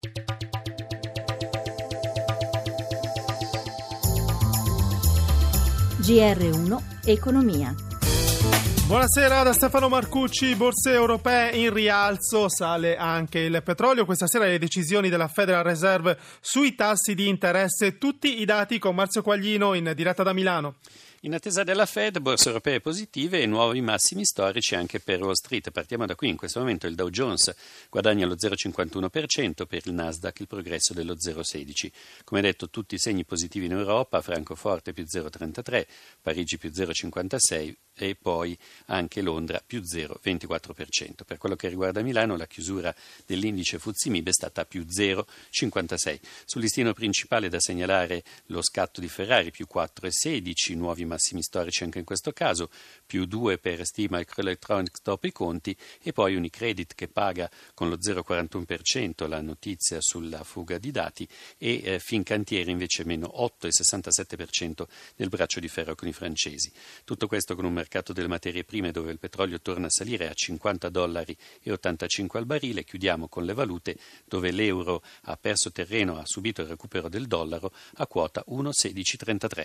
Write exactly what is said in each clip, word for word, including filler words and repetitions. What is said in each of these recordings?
G R uno Economia. Buonasera da Stefano Marcucci. Borse europee in rialzo, sale anche il petrolio. Questa sera le decisioni della Federal Reserve sui tassi di interesse. Tutti i dati con Marzio Quaglino in diretta da Milano. In attesa della Fed, borse europee positive e nuovi massimi storici anche per Wall Street. Partiamo da qui. In questo momento il Dow Jones guadagna lo zero virgola cinquantuno per cento, per il Nasdaq il progresso dello zero virgola sedici. Come detto, tutti i segni positivi in Europa: Francoforte più zero virgola trentatré, Parigi più zero virgola cinquantasei e poi anche Londra più zero virgola ventiquattro per cento. Per quello che riguarda Milano, la chiusura dell'indice F T S E M I B è stata più zero virgola cinquantasei. Sul listino principale da segnalare lo scatto di Ferrari più quattro virgola sedici, nuovi massimi storici anche in questo caso, più due per Stima Microelectronics dopo i conti, e poi Unicredit che paga con lo zero virgola quarantuno per cento la notizia sulla fuga di dati, e eh, Fincantieri invece meno otto virgola sessantasette per cento nel braccio di ferro con i francesi. Tutto questo con un mercato delle materie prime dove il petrolio torna a salire a cinquanta dollari e ottantacinque al barile. Chiudiamo con le valute dove l'euro ha perso terreno, ha subito il recupero del dollaro a quota uno virgola sedici trentatré.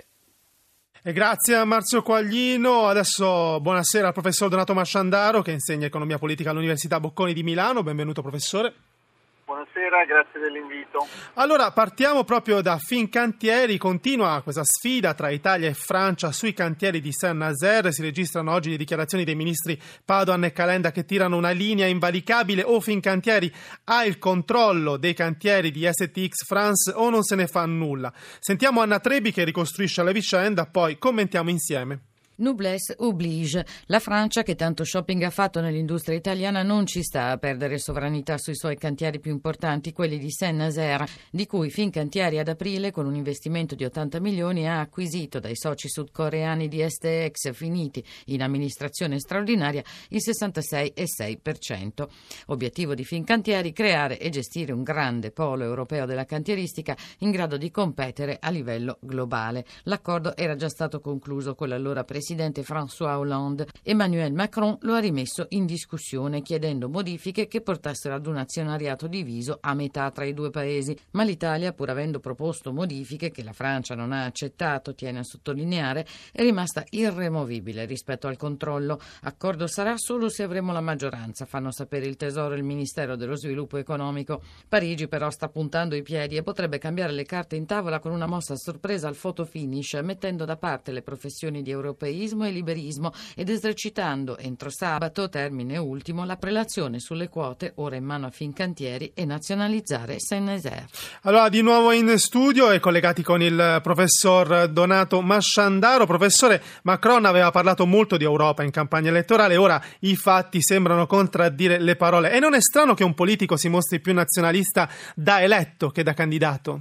E grazie a Marzio Quaglino. Adesso buonasera al professor Donato Masciandaro che insegna economia politica all'Università Bocconi di Milano. Benvenuto professore. Buonasera, grazie dell'invito. Allora, partiamo proprio da Fincantieri. Continua questa sfida tra Italia e Francia sui cantieri di Saint-Nazaire. Si registrano oggi le dichiarazioni dei ministri Padoan e Calenda che tirano una linea invalicabile: o Fincantieri ha il controllo dei cantieri di S T X France o non se ne fa nulla. Sentiamo Anna Trebi che ricostruisce la vicenda, poi commentiamo insieme. Noblesse oblige. La Francia, che tanto shopping ha fatto nell'industria italiana, non ci sta a perdere sovranità sui suoi cantieri più importanti, quelli di Saint-Nazaire, di cui Fincantieri ad aprile, con un investimento di ottanta milioni, ha acquisito dai soci sudcoreani di S T X finiti in amministrazione straordinaria il sessantasei virgola sei per cento. Obiettivo di Fincantieri: creare e gestire un grande polo europeo della cantieristica in grado di competere a livello globale. L'accordo era già stato concluso con l'allora presidente Presidente François Hollande. Emmanuel Macron lo ha rimesso in discussione chiedendo modifiche che portassero ad un azionariato diviso a metà tra i due paesi, ma l'Italia, pur avendo proposto modifiche che la Francia non ha accettato, tiene a sottolineare, è rimasta irremovibile rispetto al controllo. Accordo sarà solo se avremo la maggioranza, fanno sapere il Tesoro e il Ministero dello Sviluppo Economico. Parigi però sta puntando i piedi e potrebbe cambiare le carte in tavola con una mossa a sorpresa al photo finish, mettendo da parte le professioni di europei e liberismo ed esercitando entro sabato, termine ultimo, la prelazione sulle quote ora in mano a Fincantieri e nazionalizzare Saint-Nazaire. Allora, di nuovo in studio e collegati con il professor Donato Masciandaro. Professore, Macron aveva parlato molto di Europa in campagna elettorale, ora i fatti sembrano contraddire le parole. E non è strano che un politico si mostri più nazionalista da eletto che da candidato?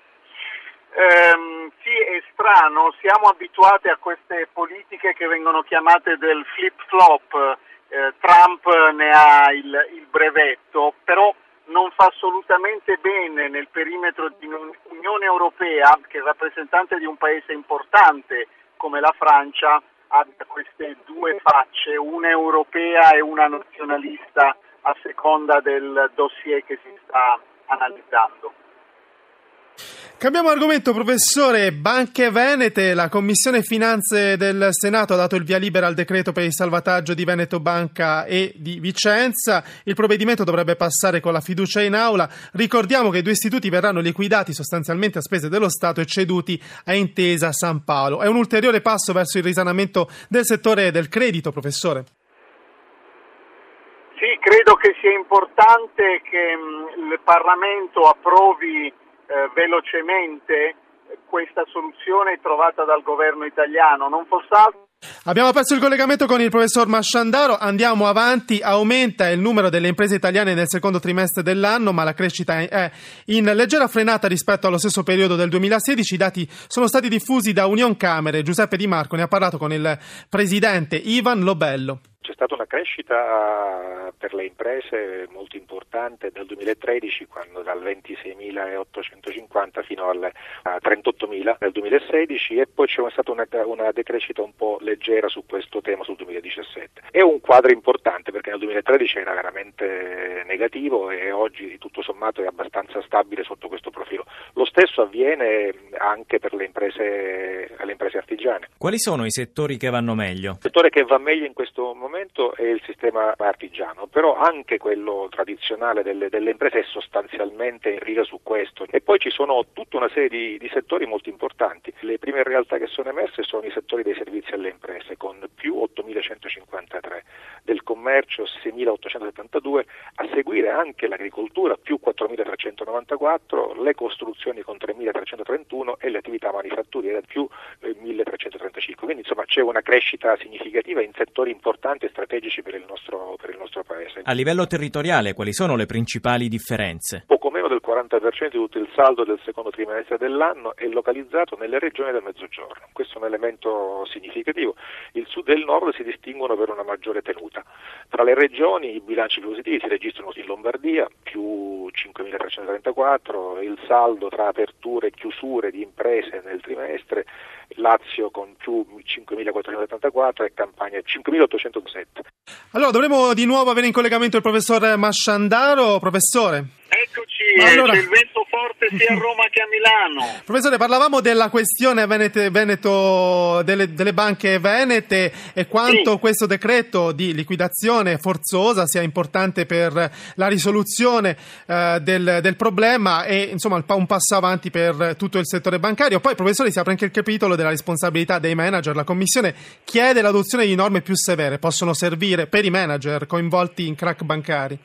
Ehm... Strano, siamo abituati a queste politiche che vengono chiamate del flip-flop. eh, Trump ne ha il, il brevetto, però non fa assolutamente bene nel perimetro di un'Unione Europea che è rappresentante di un paese importante come la Francia ha queste due facce, una europea e una nazionalista a seconda del dossier che si sta analizzando. Cambiamo argomento, professore. Banche Venete. La Commissione Finanze del Senato ha dato il via libera al decreto per il salvataggio di Veneto Banca e di Vicenza. Il provvedimento dovrebbe passare con la fiducia in aula. Ricordiamo che i due istituti verranno liquidati sostanzialmente a spese dello Stato e ceduti a Intesa San Paolo. È un ulteriore passo verso il risanamento del settore del credito, professore? Sì, credo che sia importante che mh, il Parlamento approvi Eh, velocemente questa soluzione trovata dal governo italiano. Non fosse altro. Abbiamo perso il collegamento con il professor Masciandaro. Andiamo avanti. Aumenta il numero delle imprese italiane nel secondo trimestre dell'anno, ma la crescita è in leggera frenata rispetto allo stesso periodo del duemilasedici. I dati sono stati diffusi da Unioncamere. Giuseppe Di Marco ne ha parlato con il presidente Ivan Lobello. C'è stata una crescita per le imprese molto importante dal duemilatredici, quando dal ventiseiemilaottocentocinquanta fino al trentottomila nel duemilasedici, e poi c'è stata una, una decrescita un po' leggera su questo tema sul duemiladiciassette. È un quadro importante perché nel duemilatredici era veramente negativo e oggi tutto sommato è abbastanza stabile sotto questo profilo. Lo stesso avviene anche per le imprese, le imprese artigiane. Quali sono i settori che vanno meglio? Il settore che va meglio in questo momento è il sistema artigiano, però anche quello tradizionale delle, delle imprese è sostanzialmente in riga su questo. E poi ci sono tutta una serie di, di settori molto importanti. Le prime realtà che sono emerse sono i settori dei servizi alle imprese, con più ottomilacentocinquantatré, del commercio seimilaottocentosettantadue, a seguire anche l'agricoltura più quattromilatrecentonovantaquattro, le costruzioni con tremilatrecentotrentuno e le attività manifatturiere più eh, milletrecentotrentacinque. Quindi insomma c'è una crescita significativa in settori importanti e strategici per il nostro, per il nostro paese. A livello territoriale, quali sono le principali differenze? Poco meno del quaranta per cento di tutto il saldo del secondo trimestre dell'anno è localizzato nelle regioni del Mezzogiorno. Questo è un elemento significativo. Il sud e il nord si distinguono per una maggiore tenuta. Tra le regioni i bilanci positivi si registrano in Lombardia, più cinquemilatrecentotrentaquattro, il saldo tra aperture e chiusure di imprese nel trimestre, Lazio con più cinquemilaquattrocentosettantaquattro e Campania cinquemilaottocentosette. Allora dovremo di nuovo avere in collegamento il professor Masciandaro. Professore. Eccoci, allora... c'è il vento forte sia a Roma che a Milano. Professore, parlavamo della questione Venete, Veneto, delle, delle banche venete e quanto sì. questo decreto di liquidazione forzosa sia importante per la risoluzione eh, del, del problema e insomma un passo avanti per tutto il settore bancario. Poi, professore, si apre anche il capitolo della responsabilità dei manager. La Commissione chiede l'adozione di norme più severe, possono servire per i manager coinvolti in crack bancari.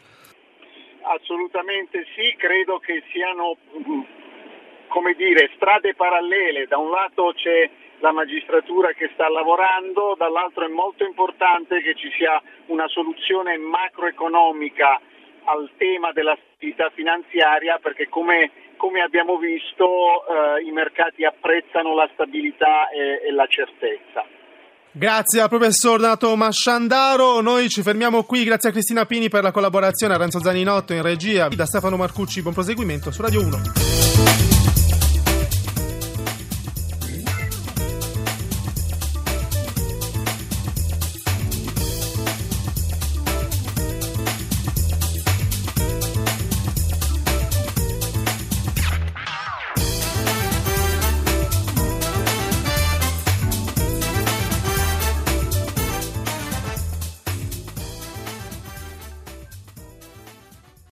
Assolutamente sì, credo che siano, come dire, strade parallele. Da un lato c'è la magistratura che sta lavorando, dall'altro è molto importante che ci sia una soluzione macroeconomica al tema della stabilità finanziaria, perché come, come abbiamo visto eh, i mercati apprezzano la stabilità e, e la certezza. Grazie al professor Donato Masciandaro. Noi ci fermiamo qui, grazie a Cristina Pini per la collaborazione, a Renzo Zaninotto in regia, da Stefano Marcucci, buon proseguimento su Radio uno.